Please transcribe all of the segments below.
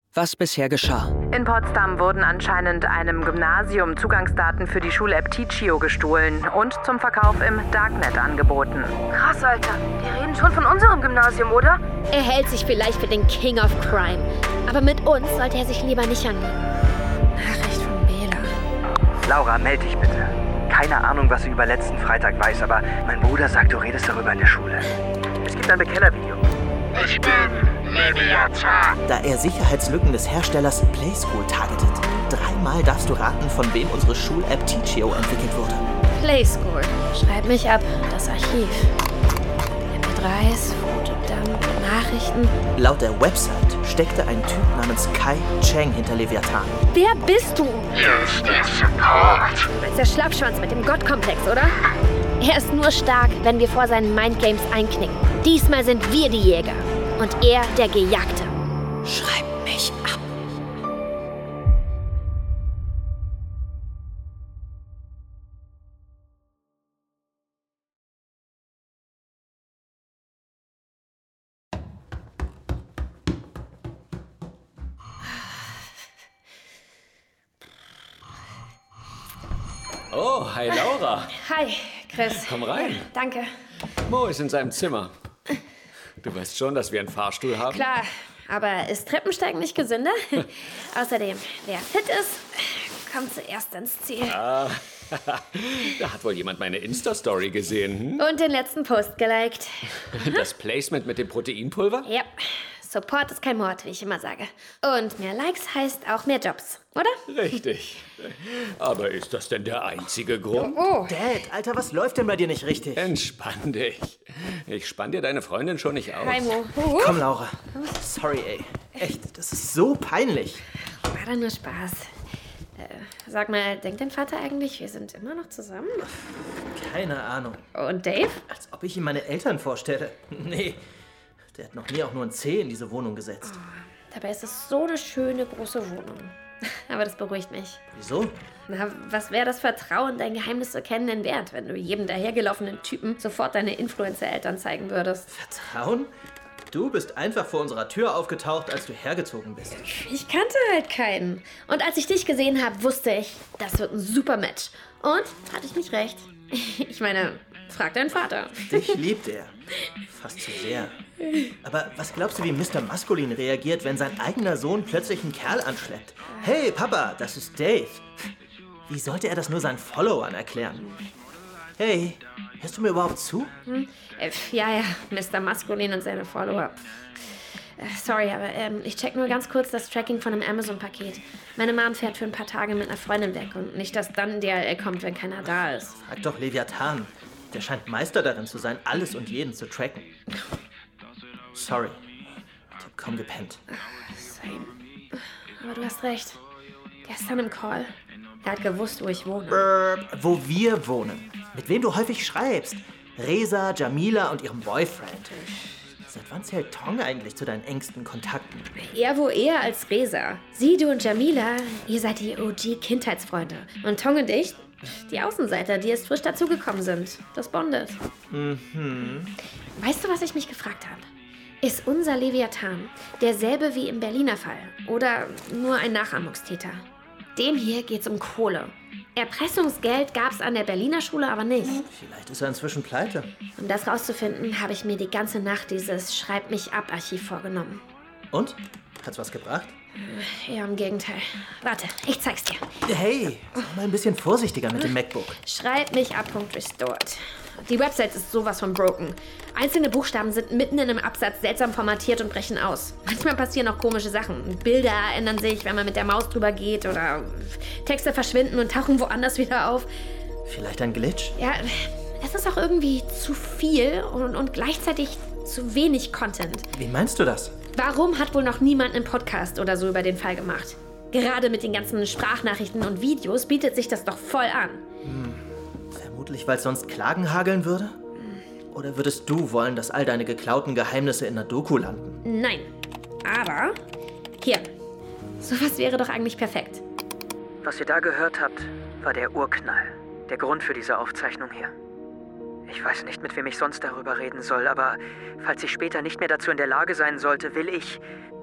was bisher geschah. In Potsdam wurden anscheinend einem Gymnasium Zugangsdaten für die Schul-App Teachio gestohlen und zum Verkauf im Darknet angeboten. Krass, Alter. Die reden schon von unserem Gymnasium, oder? Er hält sich vielleicht für den King of Crime. Aber mit uns sollte er sich lieber nicht anlegen. Nachricht von Bela. Laura, meld dich bitte. Keine Ahnung, was sie über letzten Freitag weiß, aber mein Bruder sagt, du redest darüber in der Schule. Es gibt ein Bekennervideo. Ich bin Leviathan. Da er Sicherheitslücken des Herstellers Playschool targetet. 3-mal darfst du raten, von wem unsere Schul-App Teachio entwickelt wurde. Playschool. Schreib mich ab. Das Archiv. MP3s, Fotodump, Nachrichten. Laut der Website steckte ein Typ namens Kai Cheng hinter Leviathan. Wer bist du? Hier ist der Support. Du bist der Schlappschwanz mit dem Gottkomplex, oder? Er ist nur stark, wenn wir vor seinen Mindgames einknicken. Diesmal sind wir die Jäger. Und er der Gejagte. Schreib mich ab. Oh, hi Laura. Hi, Chris. Komm rein. Danke. Mo ist in seinem Zimmer. Du weißt schon, dass wir einen Fahrstuhl haben? Klar, aber ist Treppensteigen nicht gesünder? Außerdem, wer fit ist, kommt zuerst ins Ziel. Da hat wohl jemand meine Insta-Story gesehen. Und den letzten Post geliked. Das Placement mit dem Proteinpulver? Ja, Support ist kein Mord, wie ich immer sage. Und mehr Likes heißt auch mehr Jobs, oder? Richtig. Aber ist das denn der einzige Grund? Oh. Dad, Alter, was läuft denn bei dir nicht richtig? Entspann dich. Ich spann dir deine Freundin schon nicht aus. Raimo. Komm, Laura. Sorry, ey. Echt, das ist so peinlich. War doch nur Spaß. Sag mal, denkt dein Vater eigentlich, wir sind immer noch zusammen? Keine Ahnung. Und Dave? Als ob ich ihm meine Eltern vorstelle. Nee, der hat noch nie auch nur ein C in diese Wohnung gesetzt. Dabei ist es so eine schöne, große Wohnung. Aber das beruhigt mich. Wieso? Na, was wäre das Vertrauen, dein Geheimnis zu kennen, denn wert, wenn du jedem dahergelaufenen Typen sofort deine Influencer-Eltern zeigen würdest? Vertrauen? Du bist einfach vor unserer Tür aufgetaucht, als du hergezogen bist. Ich kannte halt keinen. Und als ich dich gesehen habe, wusste ich, das wird ein super Match. Und hatte ich nicht recht. Ich meine, frag deinen Vater. Dich liebt er. Fast zu sehr. Aber was glaubst du, wie Mr. Maskulin reagiert, wenn sein eigener Sohn plötzlich einen Kerl anschleppt? Hey, Papa, das ist Dave. Wie sollte er das nur seinen Followern erklären? Hey, hörst du mir überhaupt zu? Ja, Mr. Maskulin und seine Follower. Sorry, aber ich check nur ganz kurz das Tracking von einem Amazon-Paket. Meine Mom fährt für ein paar Tage mit einer Freundin weg und nicht, dass dann DHL kommt, wenn keiner da ist. Frag doch Leviathan. Der scheint Meister darin zu sein, alles und jeden zu tracken. Sorry, ich hab kaum gepennt. Same. Aber du hast recht. Gestern im Call. Er hat gewusst, wo ich wohne. Wo wir wohnen. Mit wem du häufig schreibst. Reza, Jamila und ihrem Boyfriend. Seit wann zählt Tong eigentlich zu deinen engsten Kontakten? Eher wo eher als Reza. Sie, du und Jamila, ihr seid die OG-Kindheitsfreunde. Und Tong und ich, die Außenseiter, die erst frisch dazugekommen sind. Das bondet. Weißt du, was ich mich gefragt habe? Ist unser Leviathan derselbe wie im Berliner Fall? Oder nur ein Nachahmungstäter? Dem hier geht's um Kohle. Erpressungsgeld gab's an der Berliner Schule aber nicht. Vielleicht ist er inzwischen pleite. Um das rauszufinden, habe ich mir die ganze Nacht dieses Schreib-mich-ab-Archiv vorgenommen. Und? Hat's was gebracht? Ja, im Gegenteil. Warte, ich zeig's dir. Hey, sei mal ein bisschen vorsichtiger mit dem MacBook. Schreib mich ab.restored. Die Website ist sowas von broken. Einzelne Buchstaben sind mitten in einem Absatz seltsam formatiert und brechen aus. Manchmal passieren auch komische Sachen. Bilder ändern sich, wenn man mit der Maus drüber geht oder Texte verschwinden und tauchen woanders wieder auf. Vielleicht ein Glitch? Ja, es ist auch irgendwie zu viel und gleichzeitig zu wenig Content. Wie meinst du das? Warum hat wohl noch niemand einen Podcast oder so über den Fall gemacht? Gerade mit den ganzen Sprachnachrichten und Videos bietet sich das doch voll an. Vermutlich, weil es sonst Klagen hageln würde? Oder würdest du wollen, dass all deine geklauten Geheimnisse in der Doku landen? Nein. Aber hier, sowas wäre doch eigentlich perfekt. Was ihr da gehört habt, war der Urknall. Der Grund für diese Aufzeichnung hier. Ich weiß nicht, mit wem ich sonst darüber reden soll, aber falls ich später nicht mehr dazu in der Lage sein sollte, will ich,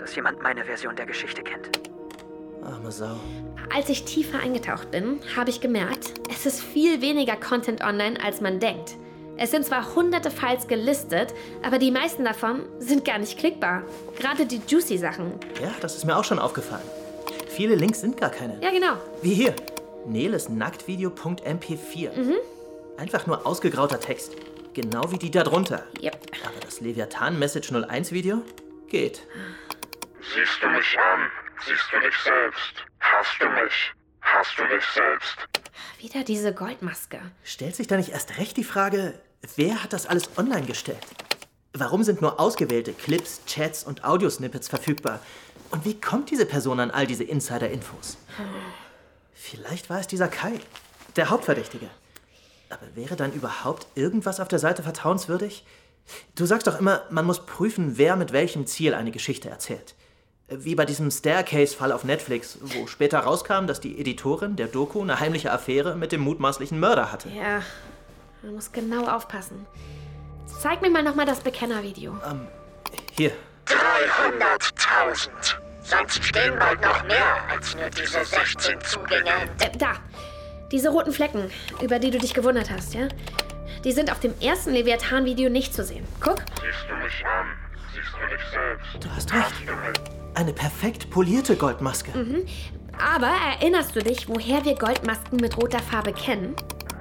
dass jemand meine Version der Geschichte kennt. Arme Sau. Als ich tiefer eingetaucht bin, habe ich gemerkt, es ist viel weniger Content online, als man denkt. Es sind zwar hunderte Files gelistet, aber die meisten davon sind gar nicht klickbar. Gerade die juicy Sachen. Ja, das ist mir auch schon aufgefallen. Viele Links sind gar keine. Ja, genau. Wie hier. Neles Nacktvideo.mp4. Einfach nur ausgegrauter Text. Genau wie die da drunter. Yep. Aber das Leviathan Message 01 Video geht. Siehst du mich an? Siehst du dich selbst? Hast du mich? Hast du dich selbst? Wieder diese Goldmaske. Stellt sich da nicht erst recht die Frage, wer hat das alles online gestellt? Warum sind nur ausgewählte Clips, Chats und Audiosnippets verfügbar? Und wie kommt diese Person an all diese Insider-Infos? Vielleicht war es dieser Kai, der Hauptverdächtige. Aber wäre dann überhaupt irgendwas auf der Seite vertrauenswürdig? Du sagst doch immer, man muss prüfen, wer mit welchem Ziel eine Geschichte erzählt. Wie bei diesem Staircase-Fall auf Netflix, wo später rauskam, dass die Editorin der Doku eine heimliche Affäre mit dem mutmaßlichen Mörder hatte. Ja, man muss genau aufpassen. Zeig mir mal nochmal das Bekennervideo. Hier. 300.000. Sonst stehen bald noch mehr als nur diese 16 Zugänge. Da. Diese roten Flecken, über die du dich gewundert hast, ja? Die sind auf dem ersten Leviathan-Video nicht zu sehen. Guck. Siehst du mich an? Siehst du dich selbst? Du hast recht. Eine perfekt polierte Goldmaske. Aber erinnerst du dich, woher wir Goldmasken mit roter Farbe kennen?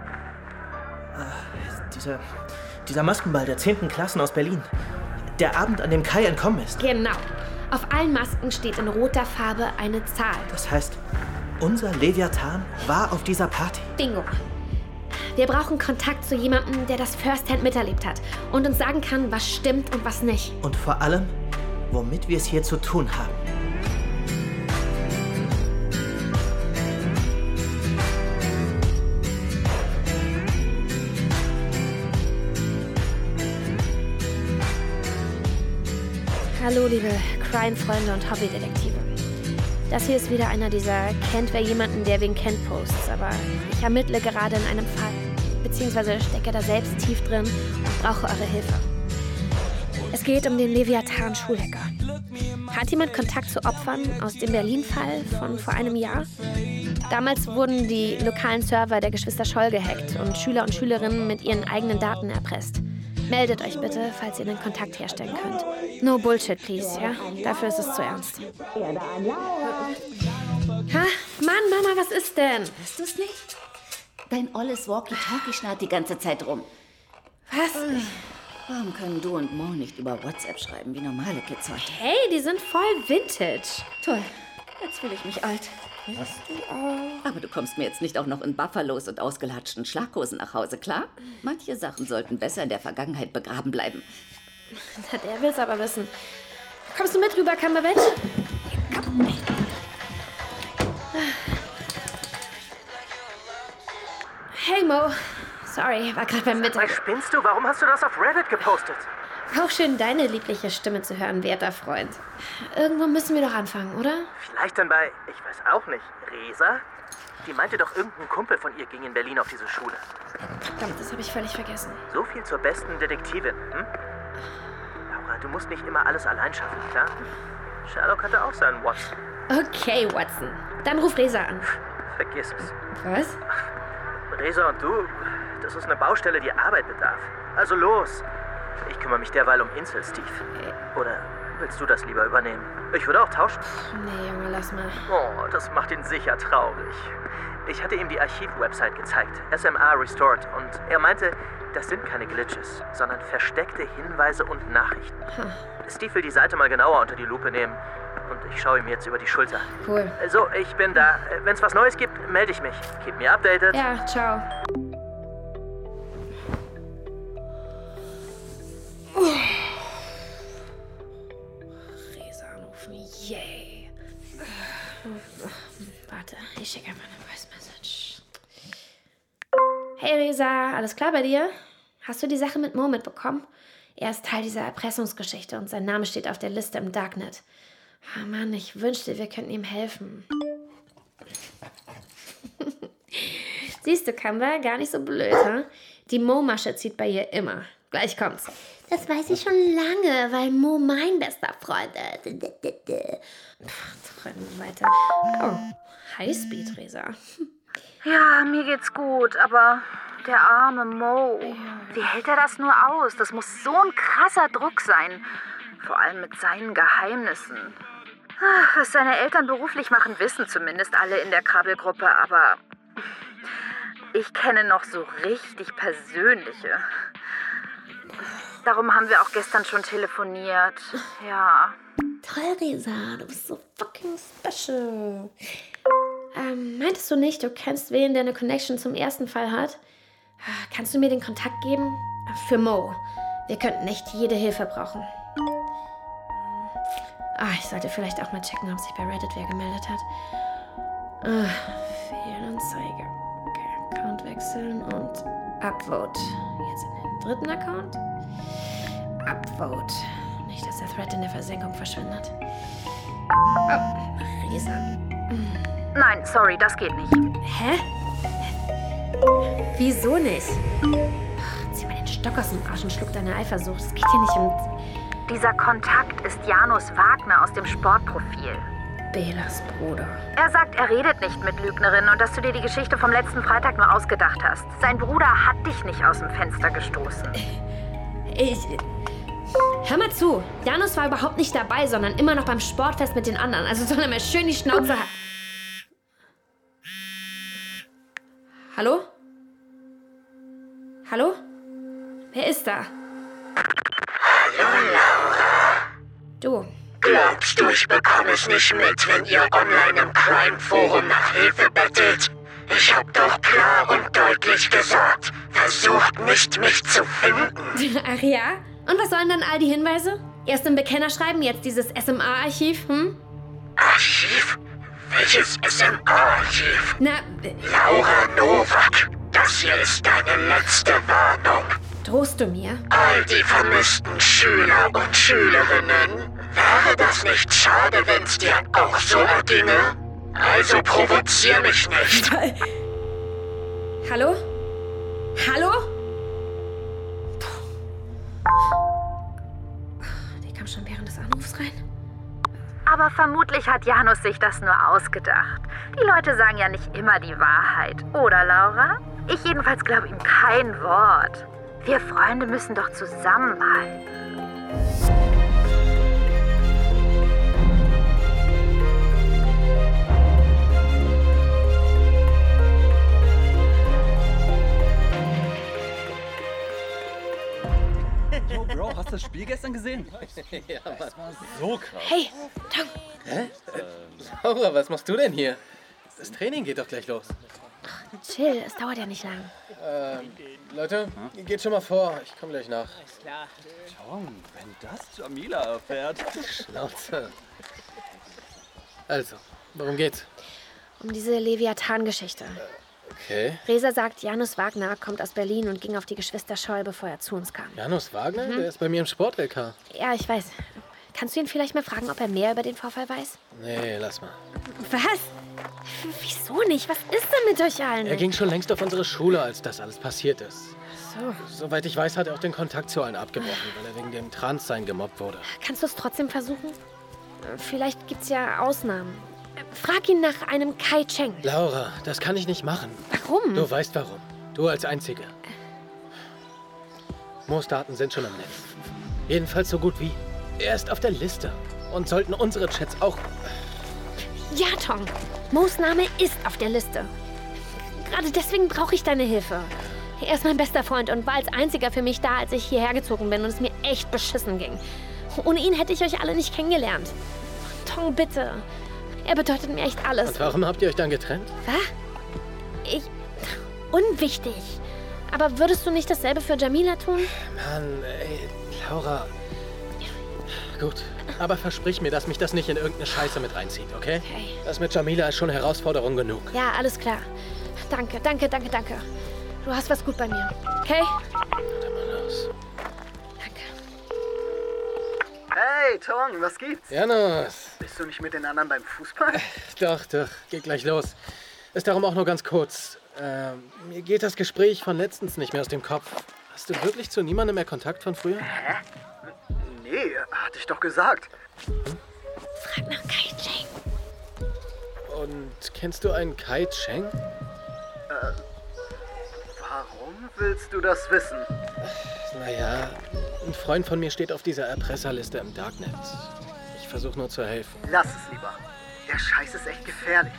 Dieser Maskenball der 10. Klassen aus Berlin. Der Abend, an dem Kai entkommen ist. Genau. Auf allen Masken steht in roter Farbe eine Zahl. Das heißt, unser Leviathan war auf dieser Party. Bingo. Wir brauchen Kontakt zu jemandem, der das firsthand miterlebt hat und uns sagen kann, was stimmt und was nicht. Und vor allem, womit wir es hier zu tun haben. Hallo, liebe Crime-Freunde und Hobbydetektive. Das hier ist wieder einer dieser Kennt wer jemanden, der wen kennt Posts, aber ich ermittle gerade in einem Fall, beziehungsweise stecke da selbst tief drin und brauche eure Hilfe. Es geht um den Leviathan-Schulhacker. Hat jemand Kontakt zu Opfern aus dem Berlin-Fall von vor einem Jahr? Damals wurden die lokalen Server der Geschwister Scholl gehackt und Schüler und Schülerinnen mit ihren eigenen Daten erpresst. Meldet euch bitte, falls ihr den Kontakt herstellen könnt. No bullshit, please, ja? Dafür ist es zu ernst. Ha? Mann, Mama, was ist denn? Hörst du es nicht? Dein olles Walkie-Talkie schnarrt die ganze Zeit rum. Was? Warum können du und Mo nicht über WhatsApp schreiben, wie normale Kids heute? Hey, die sind voll vintage. Toll, jetzt fühle ich mich alt. Aber du kommst mir jetzt nicht auch noch in Buffalos und ausgelatschten Schlaghosen nach Hause, klar? Manche Sachen sollten besser in der Vergangenheit begraben bleiben. Na, der will's aber wissen. Kommst du mit rüber, Cumberbatch? Komm. Hey, Mo. Sorry, war gerade beim Mittag. Spinnst du? Warum hast du das auf Reddit gepostet? Auch schön, deine liebliche Stimme zu hören, werter Freund. Irgendwo müssen wir doch anfangen, oder? Vielleicht dann bei, ich weiß auch nicht, Resa? Die meinte doch, irgendein Kumpel von ihr ging in Berlin auf diese Schule. Verdammt, das habe ich völlig vergessen. So viel zur besten Detektivin, hm? Laura, du musst nicht immer alles allein schaffen, klar? Sherlock hatte auch seinen Watson. Okay, Watson. Dann ruf Resa an. Vergiss es. Was? Resa und du, das ist eine Baustelle, die Arbeit bedarf. Also los. Ich kümmere mich derweil um Insel, Steve. Oder willst du das lieber übernehmen? Ich würde auch tauschen. Nee, Junge, lass mal. Oh, das macht ihn sicher traurig. Ich hatte ihm die Archiv-Website gezeigt, SMA Restored, und er meinte, das sind keine Glitches, sondern versteckte Hinweise und Nachrichten. Steve will die Seite mal genauer unter die Lupe nehmen und ich schaue ihm jetzt über die Schulter. Cool. So, ich bin da. Wenn es was Neues gibt, melde ich mich. Keep me updated. Ja, ciao. Resa anrufen, yay. Warte, ich schicke einfach eine Voice Message. Hey Resa, alles klar bei dir? Hast du die Sache mit Mo mitbekommen? Er ist Teil dieser Erpressungsgeschichte und sein Name steht auf der Liste im Darknet. Oh Mann, ich wünschte, wir könnten ihm helfen. Siehst du, Kamba, gar nicht so blöd, ha? Die Mo-Masche zieht bei ihr immer. Gleich kommt's. Das weiß ich schon lange, weil Mo mein bester Freund ist. Weiter. Oh, Highspeed, Resa. Ja, mir geht's gut, aber der arme Mo. Wie hält er das nur aus? Das muss so ein krasser Druck sein. Vor allem mit seinen Geheimnissen. Was seine Eltern beruflich machen, wissen zumindest alle in der Krabbelgruppe, aber ich kenne noch so richtig persönliche. Darum haben wir auch gestern schon telefoniert. Ja. Toll, Resa, du bist so fucking special. Meintest du nicht, du kennst wen, der eine Connection zum ersten Fall hat? Kannst du mir den Kontakt geben? Für Mo. Wir könnten echt jede Hilfe brauchen. Ich sollte vielleicht auch mal checken, ob sich bei Reddit wer gemeldet hat. Fehlanzeige. Okay, Account wechseln und Upvote. Jetzt in den dritten Account. Upvote. Nicht, dass der Thread in der Versenkung verschwindet. Oh, Resa. Nein, sorry, das geht nicht. Hä? Wieso nicht? Zieh mal den Stock aus dem Arsch und schluck deine Eifersucht. Es geht hier nicht um... Dieser Kontakt ist Janus Wagner aus dem Sportprofil. Belas Bruder. Er sagt, er redet nicht mit Lügnerinnen und dass du dir die Geschichte vom letzten Freitag nur ausgedacht hast. Sein Bruder hat dich nicht aus dem Fenster gestoßen. Hör mal zu. Janus war überhaupt nicht dabei, sondern immer noch beim Sportfest mit den anderen. Also soll er mal schön die Schnauze haben. Hallo? Hallo? Wer ist da? Hallo, Laura. Du. Glaubst du, ich bekomme es nicht mit, wenn ihr online im Crime-Forum nach Hilfe bettelt? Ich hab doch klar und deutlich gesagt, versucht nicht, mich zu finden. Ach ja? Und was sollen dann all die Hinweise? Erst im Bekennerschreiben, jetzt dieses SMA-Archiv, Archiv? Welches SMA-Archiv? Na, Laura Nowak, das hier ist deine letzte Warnung. drohst du mir? All die vermissten Schüler und Schülerinnen. Wäre das nicht schade, wenn's dir auch so erginge? Also provozier mich nicht. Hallo? Hallo? Die kam schon während des Anrufs rein. Aber vermutlich hat Janus sich das nur ausgedacht. Die Leute sagen ja nicht immer die Wahrheit. Oder, Laura? Ich jedenfalls glaube ihm kein Wort. Wir Freunde müssen doch zusammenhalten. Yo, Bro, hast du das Spiel gestern gesehen? Ja, das war so krass. Hey, Tom. Hä? Laura, was machst du denn hier? Das Training geht doch gleich los. Chill, es dauert ja nicht lang. Leute, geht schon mal vor. Ich komme gleich nach. Tom, wenn das Jamila erfährt. Schnauze. Also, worum geht's? Um diese Leviathan-Geschichte. Okay. Resa sagt, Janus Wagner kommt aus Berlin und ging auf die Geschwister Scholl, bevor er zu uns kam. Janus Wagner? Der ist bei mir im Sport-LK. Ja, ich weiß. Kannst du ihn vielleicht mal fragen, ob er mehr über den Vorfall weiß? Nee, lass mal. Was? Wieso nicht? Was ist denn mit euch allen? Er ging schon längst auf unsere Schule, als das alles passiert ist. So. Soweit ich weiß, hat er auch den Kontakt zu allen abgebrochen, weil er wegen dem Transsein gemobbt wurde. Kannst du es trotzdem versuchen? Vielleicht gibt's ja Ausnahmen. Frag ihn nach einem Kai Cheng. Laura, das kann ich nicht machen. Warum? Du weißt warum. Du als Einzige. Mo's Daten sind schon im Netz. Jedenfalls so gut wie. Er ist auf der Liste. Und sollten unsere Chats auch... Ja, Tom. Mo's Name ist auf der Liste. Gerade deswegen brauche ich deine Hilfe. Er ist mein bester Freund und war als einziger für mich da, als ich hierher gezogen bin und es mir echt beschissen ging. Ohne ihn hätte ich euch alle nicht kennengelernt. Tom, bitte. Er bedeutet mir echt alles. Und warum habt ihr euch dann getrennt? Was? Unwichtig. Aber würdest du nicht dasselbe für Jamila tun? Mann, ey, Laura. Gut, aber versprich mir, dass mich das nicht in irgendeine Scheiße mit reinzieht, okay? Okay. Das mit Jamila ist schon Herausforderung genug. Ja, alles klar. Danke. Du hast was gut bei mir. Okay? Warte mal los. Danke. Hey, Tom, was gibt's? Janus. Bist du nicht mit den anderen beim Fußball? Doch, geht gleich los. Ist darum auch nur ganz kurz. Mir geht das Gespräch von letztens nicht mehr aus dem Kopf. Hast du wirklich zu niemandem mehr Kontakt von früher? Hä? Nee, hatte ich doch gesagt. Frag nach Kai Cheng. Und kennst du einen Kai Cheng? Warum willst du das wissen? Naja, ein Freund von mir steht auf dieser Erpresserliste im Darknet. Ich versuche nur zu helfen. Lass es lieber. Der Scheiß ist echt gefährlich.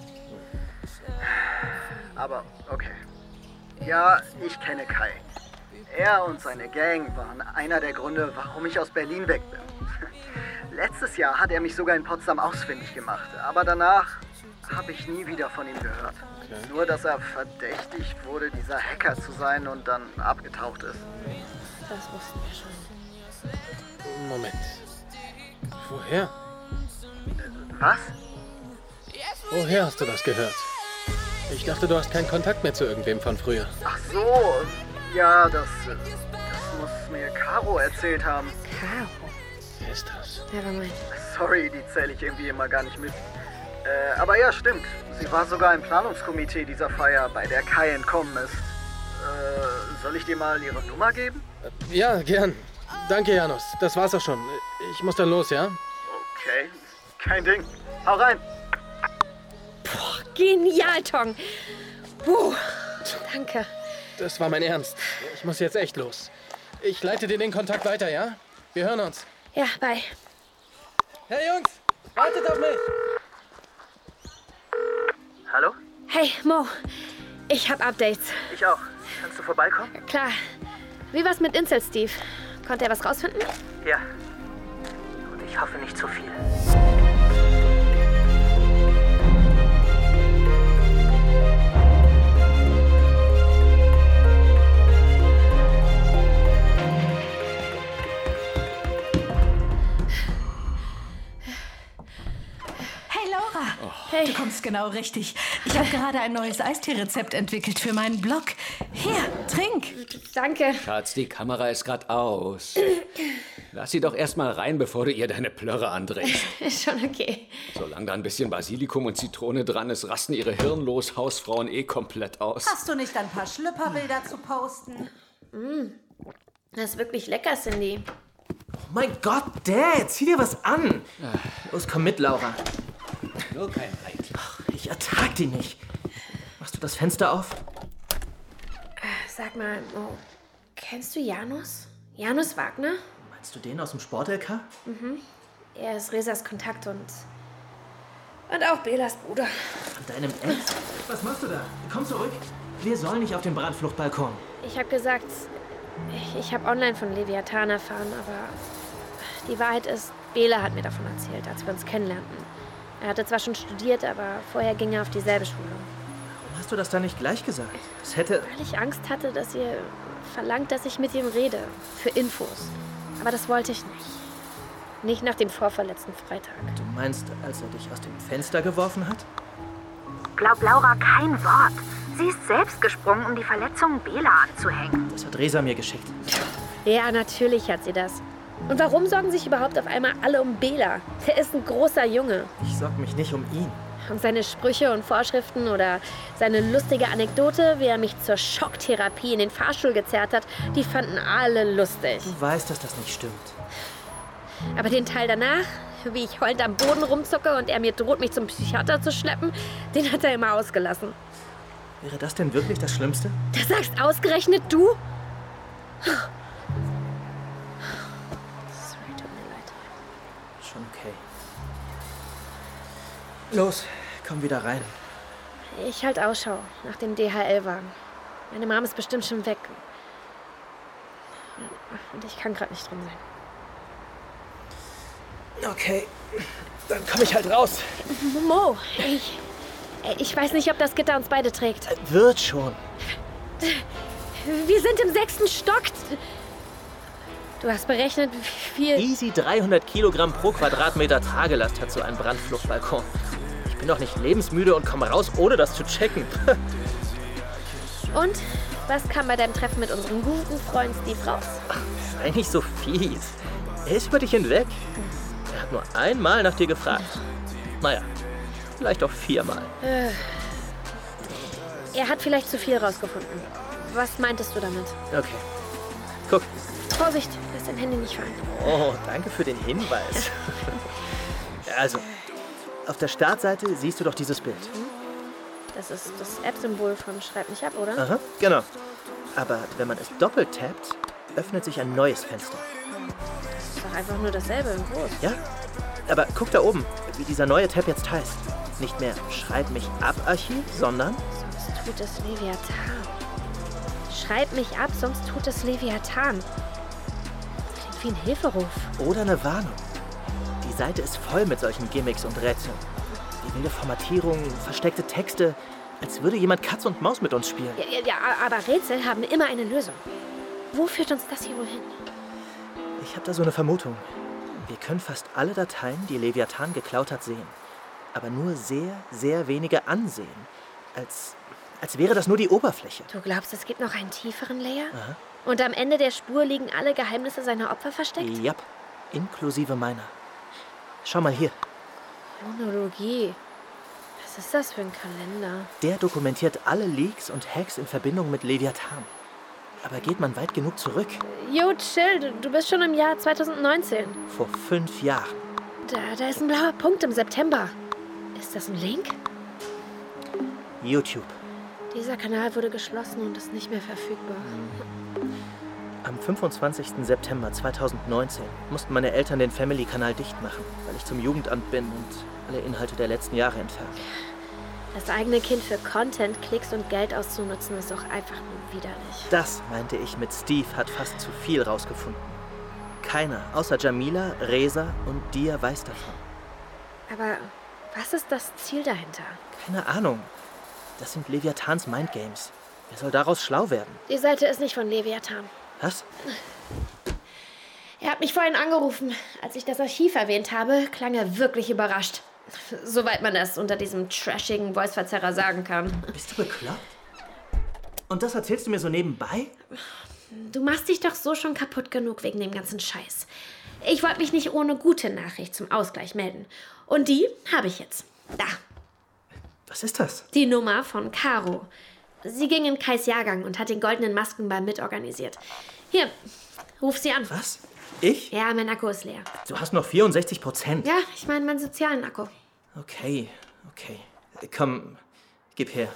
Aber okay. Ja, ich kenne Kai. Er und seine Gang waren einer der Gründe, warum ich aus Berlin weg bin. Letztes Jahr hat er mich sogar in Potsdam ausfindig gemacht, aber danach habe ich nie wieder von ihm gehört. Okay. Nur, dass er verdächtigt wurde, dieser Hacker zu sein und dann abgetaucht ist. Das wussten wir schon. Moment. Woher? Was? Woher hast du das gehört? Ich dachte, du hast keinen Kontakt mehr zu irgendwem von früher. Ach so, ja, das muss mir Caro erzählt haben. Caro? Wer ist das? Nevermind. Sorry, die zähle ich irgendwie immer gar nicht mit. Aber ja, stimmt. Sie war sogar im Planungskomitee dieser Feier, bei der Kai entkommen ist. Soll ich dir mal ihre Nummer geben? Ja, gern. Danke, Janus. Das war's auch schon. Ich muss dann los, ja? Okay, kein Ding. Hau rein. Boah, genial, Tong. Danke. Das war mein Ernst. Ich muss jetzt echt los. Ich leite dir den Kontakt weiter, ja? Wir hören uns. Ja, bye. Hey, Jungs! Wartet auf mich! Hallo? Hey, Mo. Ich hab Updates. Ich auch. Kannst du vorbeikommen? Klar. Wie war's mit Incel Steve? Konnte er was rausfinden? Ja. Und ich hoffe nicht zu viel. Hey. Du kommst genau richtig. Ich habe gerade ein neues Eistee-Rezept entwickelt für meinen Blog. Hier, trink. Danke. Schatz, die Kamera ist gerade aus. Lass sie doch erst mal rein, bevor du ihr deine Plörre andrehst. Ist schon okay. Solange da ein bisschen Basilikum und Zitrone dran ist, rasten ihre hirnlos Hausfrauen komplett aus. Hast du nicht ein paar Schlüpperbilder zu posten? Das ist wirklich lecker, Cindy. Oh mein Gott, Dad, zieh dir was an. Los, komm mit, Laura. Nur kein Eid. Ich ertrag die nicht. Machst du das Fenster auf? Sag mal, Mo, kennst du Janus? Janus Wagner? Meinst du den aus dem Sport-LK? Mhm. Er ist Resas Kontakt und auch Belas Bruder. An deinem Ex? Was machst du da? Komm zurück. Wir sollen nicht auf den Brandfluchtbalkon. Ich habe gesagt, ich habe online von Leviathan erfahren, aber die Wahrheit ist, Bela hat mir davon erzählt, als wir uns kennenlernten. Er hatte zwar schon studiert, aber vorher ging er auf dieselbe Schule. Warum hast du das dann nicht gleich gesagt? Das hätte... Weil ich Angst hatte, dass ihr verlangt, dass ich mit ihm rede. Für Infos. Aber das wollte ich nicht. Nicht nach dem Vorfall letzten Freitag. Du meinst, als er dich aus dem Fenster geworfen hat? Glaub Laura kein Wort. Sie ist selbst gesprungen, um die Verletzungen Bela anzuhängen. Das hat Resa mir geschickt. Ja, natürlich hat sie das. Und warum sorgen sich überhaupt auf einmal alle um Bela? Er ist ein großer Junge. Ich sorge mich nicht um ihn. Und seine Sprüche und Vorschriften oder seine lustige Anekdote, wie er mich zur Schocktherapie in den Fahrstuhl gezerrt hat, die fanden alle lustig. Du weißt, dass das nicht stimmt. Aber den Teil danach, wie ich heulend am Boden rumzucke und er mir droht, mich zum Psychiater zu schleppen, den hat er immer ausgelassen. Wäre das denn wirklich das Schlimmste? Das sagst ausgerechnet du? Schon okay. Los, komm wieder rein. Ich halt Ausschau nach dem DHL-Wagen. Meine Mom ist bestimmt schon weg. Und ich kann gerade nicht drin sein. Okay, dann komm ich halt raus. Mo, ich weiß nicht, ob das Gitter uns beide trägt. Wird schon. Wir sind im 6. Stock. Du hast berechnet, wie viel... Easy 300 Kilogramm pro Quadratmeter Tragelast hat so ein Brandfluchtbalkon. Ich bin doch nicht lebensmüde und komme raus, ohne das zu checken. Und? Was kam bei deinem Treffen mit unserem guten Freund Steve raus? Ach, sei nicht so fies. Er ist über dich hinweg. Er hat nur einmal nach dir gefragt. Naja, vielleicht auch 4-mal. Er hat vielleicht zu viel rausgefunden. Was meintest du damit? Okay. Guck. Vorsicht, lass dein Handy nicht fallen. Oh, danke für den Hinweis. Also, auf der Startseite siehst du doch dieses Bild. Das ist das App-Symbol von Schreib mich ab, oder? Aha, genau. Aber wenn man es doppelt tappt, öffnet sich ein neues Fenster. Das ist doch einfach nur dasselbe in groß. Ja, aber guck da oben, wie dieser neue Tab jetzt heißt. Nicht mehr Schreib mich ab Archiv, sondern... Sonst tut es Leviathan. Schreib mich ab, sonst tut es Leviathan. Klingt wie ein Hilferuf. Oder eine Warnung. Die Seite ist voll mit solchen Gimmicks und Rätseln. Die wilde Formatierung, versteckte Texte, als würde jemand Katz und Maus mit uns spielen. Ja, aber Rätsel haben immer eine Lösung. Wo führt uns das hier wohl hin? Ich habe da so eine Vermutung. Wir können fast alle Dateien, die Leviathan geklaut hat, sehen. Aber nur sehr, sehr wenige ansehen. Als wäre das nur die Oberfläche. Du glaubst, es gibt noch einen tieferen Layer? Aha. Und am Ende der Spur liegen alle Geheimnisse seiner Opfer versteckt? Jap, inklusive meiner. Schau mal hier. Chronologie. Was ist das für ein Kalender? Der dokumentiert alle Leaks und Hacks in Verbindung mit Leviathan. Aber geht man weit genug zurück? Jo, chill, du bist schon im Jahr 2019. Vor 5 Jahren. Da ist ein blauer Punkt im September. Ist das ein Link? YouTube. Dieser Kanal wurde geschlossen und ist nicht mehr verfügbar. Am 25. September 2019 mussten meine Eltern den Family-Kanal dicht machen, weil ich zum Jugendamt bin und alle Inhalte der letzten Jahre entfernt. Das eigene Kind für Content, Klicks und Geld auszunutzen, ist auch einfach nur widerlich. Das, meinte ich mit Steve, hat fast zu viel rausgefunden. Keiner, außer Jamila, Reza und dir, weiß davon. Aber was ist das Ziel dahinter? Keine Ahnung. Das sind Leviathans Mindgames. Wer soll daraus schlau werden? Die Seite ist nicht von Leviathan. Was? Er hat mich vorhin angerufen. Als ich das Archiv erwähnt habe, klang er wirklich überrascht. Soweit man das unter diesem trashigen Voice-Verzerrer sagen kann. Bist du bekloppt? Und das erzählst du mir so nebenbei? Du machst dich doch so schon kaputt genug wegen dem ganzen Scheiß. Ich wollte mich nicht ohne gute Nachricht zum Ausgleich melden. Und die habe ich jetzt. Da. Was ist das? Die Nummer von Caro. Sie ging in Kais Jahrgang und hat den goldenen Maskenball mitorganisiert. Hier, ruf sie an. Was? Ich? Ja, mein Akku ist leer. Du hast noch 64%. Ja, ich meine meinen sozialen Akku. Okay. Komm, gib her.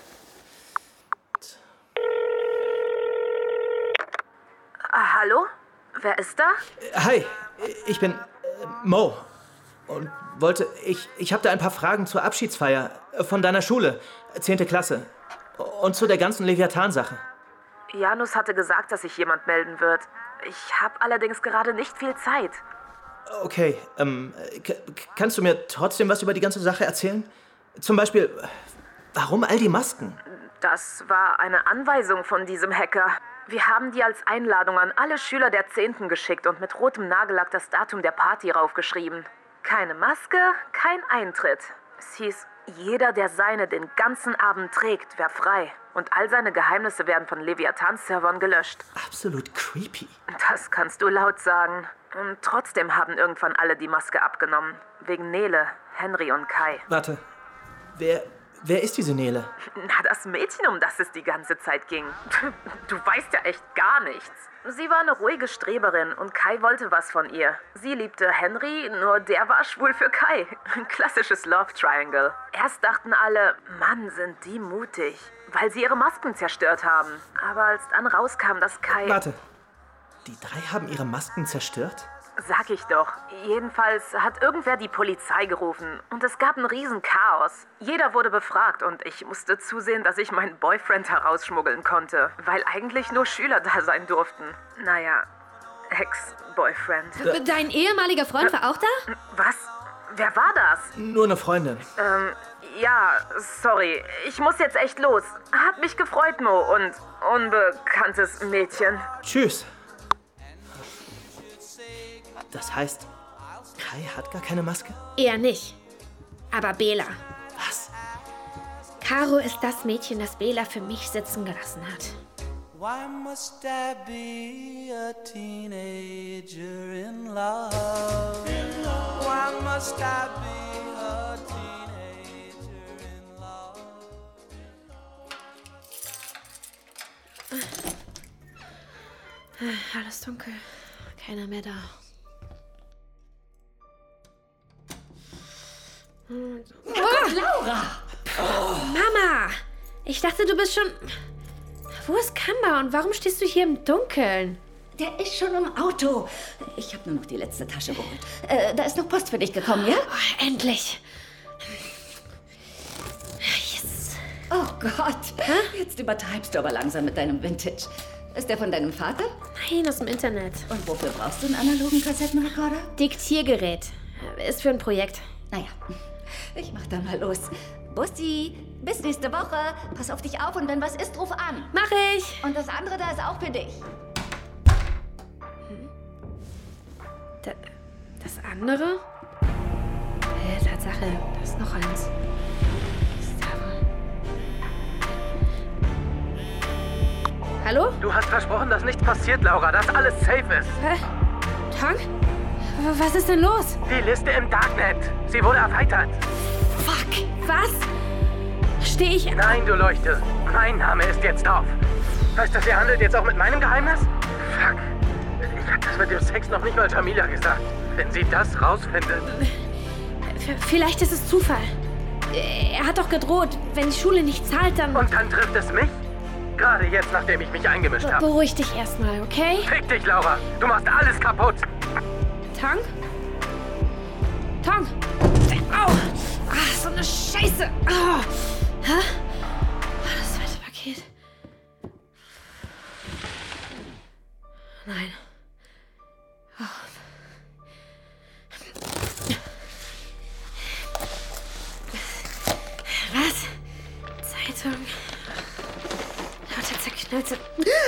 Hallo? Wer ist da? Hi, ich bin Mo. Und ich habe da ein paar Fragen zur Abschiedsfeier von deiner Schule, 10. Klasse. Und zu der ganzen Leviathan-Sache. Janus hatte gesagt, dass sich jemand melden wird. Ich habe allerdings gerade nicht viel Zeit. Okay, kannst du mir trotzdem was über die ganze Sache erzählen? Zum Beispiel, warum all die Masken? Das war eine Anweisung von diesem Hacker. Wir haben die als Einladung an alle Schüler der 10. geschickt und mit rotem Nagellack das Datum der Party raufgeschrieben. Keine Maske, kein Eintritt. Es hieß, jeder, der seine den ganzen Abend trägt, wäre frei. Und all seine Geheimnisse werden von Leviathan-Servern gelöscht. Absolut creepy. Das kannst du laut sagen. Und trotzdem haben irgendwann alle die Maske abgenommen. Wegen Nele, Henry und Kai. Warte, wer ist diese Nele? Na, das Mädchen, um das es die ganze Zeit ging. Du weißt ja echt gar nichts. Sie war eine ruhige Streberin und Kai wollte was von ihr. Sie liebte Henry, nur der war schwul für Kai. Ein klassisches Love Triangle. Erst dachten alle, Mann, sind die mutig, weil sie ihre Masken zerstört haben. Aber als dann rauskam, dass Kai... Warte, die 3 haben ihre Masken zerstört? Sag ich doch. Jedenfalls hat irgendwer die Polizei gerufen und es gab ein Riesenchaos. Jeder wurde befragt und ich musste zusehen, dass ich meinen Boyfriend herausschmuggeln konnte, weil eigentlich nur Schüler da sein durften. Naja, Ex-Boyfriend. Dein ehemaliger Freund war auch da? Was? Wer war das? Nur eine Freundin. Ja, sorry. Ich muss jetzt echt los. Hat mich gefreut, Mo, und unbekanntes Mädchen. Tschüss. Das heißt, Kai hat gar keine Maske? Eher nicht. Aber Bela. Was? Caro ist das Mädchen, das Bela für mich sitzen gelassen hat. Why must I be a teenager in love? Why must I be a teenager in love? Alles dunkel. Keiner mehr da. Oh, Laura! Mama! Ich dachte, du bist schon... Wo ist Kamba und warum stehst du hier im Dunkeln? Der ist schon im Auto. Ich habe nur noch die letzte Tasche geholt. Da ist noch Post für dich gekommen, ja? Oh, endlich. Yes. Oh Gott. Hä? Jetzt übertreibst du aber langsam mit deinem Vintage. Ist der von deinem Vater? Nein, aus dem Internet. Und wofür brauchst du einen analogen Kassettenrekorder? Diktiergerät. Ist für ein Projekt. Naja, ich mach dann mal los. Bussi, bis nächste Woche. Pass auf dich auf und wenn was ist, ruf an. Mach ich. Und das andere da ist auch für dich. Das andere? Tatsache, da ist noch eins. Hallo? Du hast versprochen, dass nichts passiert, Laura, dass alles safe ist. Hä? Tang? Was ist denn los? Die Liste im Darknet. Sie wurde erweitert. Fuck. Was? Steh ich... Nein, du Leuchte. Mein Name ist jetzt drauf. Heißt das, ihr handelt jetzt auch mit meinem Geheimnis? Fuck. Ich hab das mit dem Sex noch nicht mal Jamila gesagt. Wenn sie das rausfindet... Vielleicht ist es Zufall. Er hat doch gedroht, wenn die Schule nicht zahlt, dann... Und dann trifft es mich? Gerade jetzt, nachdem ich mich eingemischt habe. Beruhig dich erstmal, okay? Fick dich, Laura. Du machst alles kaputt. Tang? Tang! Au! Ach, so eine Scheiße! Oh. Hä? Das zweite Paket. Nein. Oh. Was? Zeitung. Lauter zerknallte...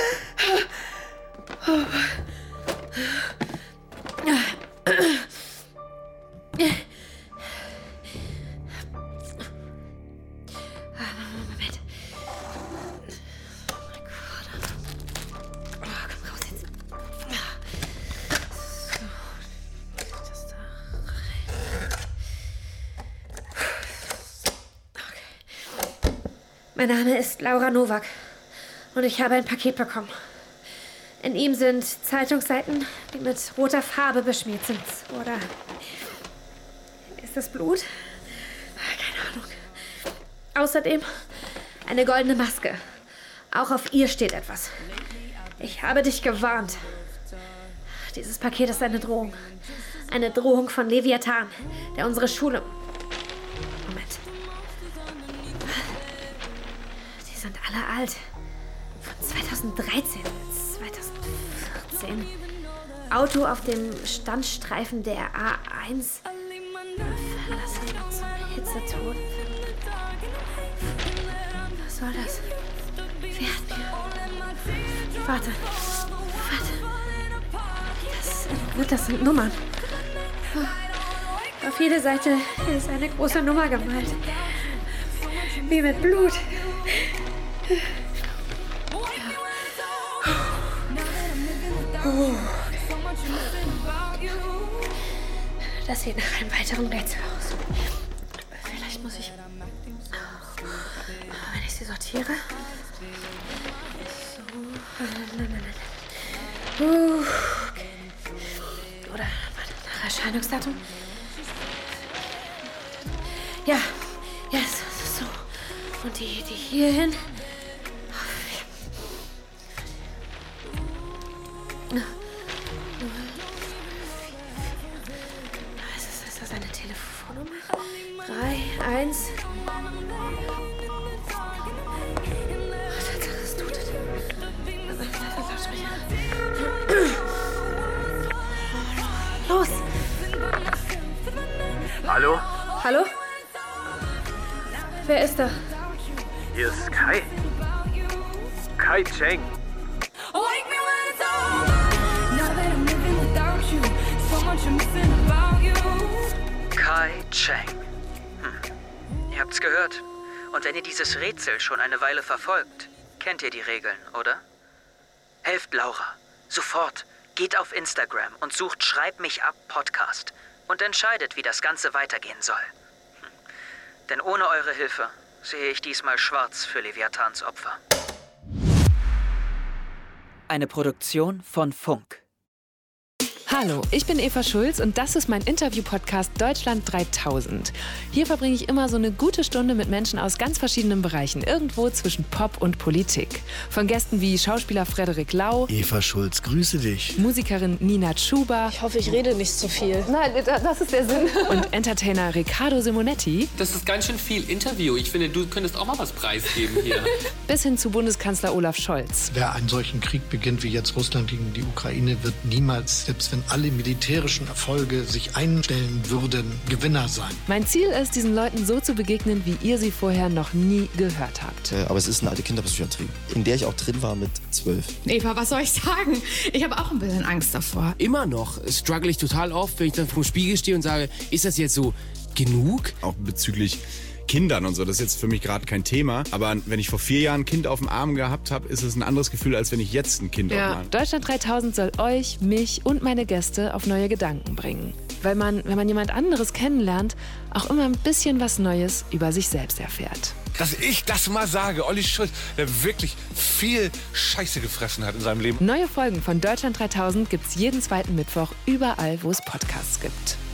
Moment. Oh mein Gott. Oh, komm raus jetzt. So. Das da rein. Okay. Mein Name ist Laura Nowak und ich habe ein Paket bekommen. In ihm sind Zeitungsseiten, die mit roter Farbe beschmiert sind. Oder ist das Blut? Keine Ahnung. Außerdem eine goldene Maske. Auch auf ihr steht etwas. Ich habe dich gewarnt. Dieses Paket ist eine Drohung. Eine Drohung von Leviathan, der unsere Schule... Moment. Die sind alle alt. Von 2013 bis 2014. Auto auf dem Standstreifen der A1. Verlassen zum Hitzetod. Was war das? Wer hat mir... Warte. Das sind Nummern. Auf jeder Seite ist eine große Nummer gemalt. Wie mit Blut. Das sieht nach einem weiteren Rätsel aus. Vielleicht muss ich... Wenn ich sie sortiere... So... Okay. Oder warte, nach Erscheinungsdatum? Ja, so. Und die hier hin... Ist das eine Telefonnummer? 3-1... Das tut es. Los! Hallo? Hallo? Wer ist da? Hier ist Kai. Kai Cheng. Kai Cheng. Ihr habt's gehört. Und wenn ihr dieses Rätsel schon eine Weile verfolgt, kennt ihr die Regeln, oder? Helft Laura. Sofort. Geht auf Instagram und sucht Schreib mich ab Podcast und entscheidet, wie das Ganze weitergehen soll. Denn ohne eure Hilfe sehe ich diesmal schwarz für Leviathans Opfer. Eine Produktion von Funk. Hallo, ich bin Eva Schulz und das ist mein Interview-Podcast Deutschland 3000. Hier verbringe ich immer so eine gute Stunde mit Menschen aus ganz verschiedenen Bereichen, irgendwo zwischen Pop und Politik. Von Gästen wie Schauspieler Frederik Lau, Eva Schulz, grüße dich. Musikerin Nina Chuba. Ich hoffe, ich rede nicht zu viel. Nein, das ist der Sinn. Und Entertainer Riccardo Simonetti. Das ist ganz schön viel Interview. Ich finde, du könntest auch mal was preisgeben hier. Bis hin zu Bundeskanzler Olaf Scholz. Wer einen solchen Krieg beginnt wie jetzt Russland gegen die Ukraine, wird niemals, selbst wenn alle militärischen Erfolge sich einstellen würden, Gewinner sein. Mein Ziel ist, diesen Leuten so zu begegnen, wie ihr sie vorher noch nie gehört habt. Aber es ist eine alte Kinderpsychiatrie, in der ich auch drin war mit 12. Eva, was soll ich sagen? Ich habe auch ein bisschen Angst davor. Immer noch struggle ich total oft, wenn ich dann vor dem Spiegel stehe und sage, ist das jetzt so genug? Auch bezüglich Kindern und so, das ist jetzt für mich gerade kein Thema. Aber wenn ich vor 4 Jahren ein Kind auf dem Arm gehabt habe, ist es ein anderes Gefühl, als wenn ich jetzt ein Kind auf dem Arm habe. Deutschland 3000 soll euch, mich und meine Gäste auf neue Gedanken bringen. Weil man, wenn man jemand anderes kennenlernt, auch immer ein bisschen was Neues über sich selbst erfährt. Dass ich das mal sage, Olli Schulz, der wirklich viel Scheiße gefressen hat in seinem Leben. Neue Folgen von Deutschland 3000 gibt's jeden zweiten Mittwoch überall, wo es Podcasts gibt.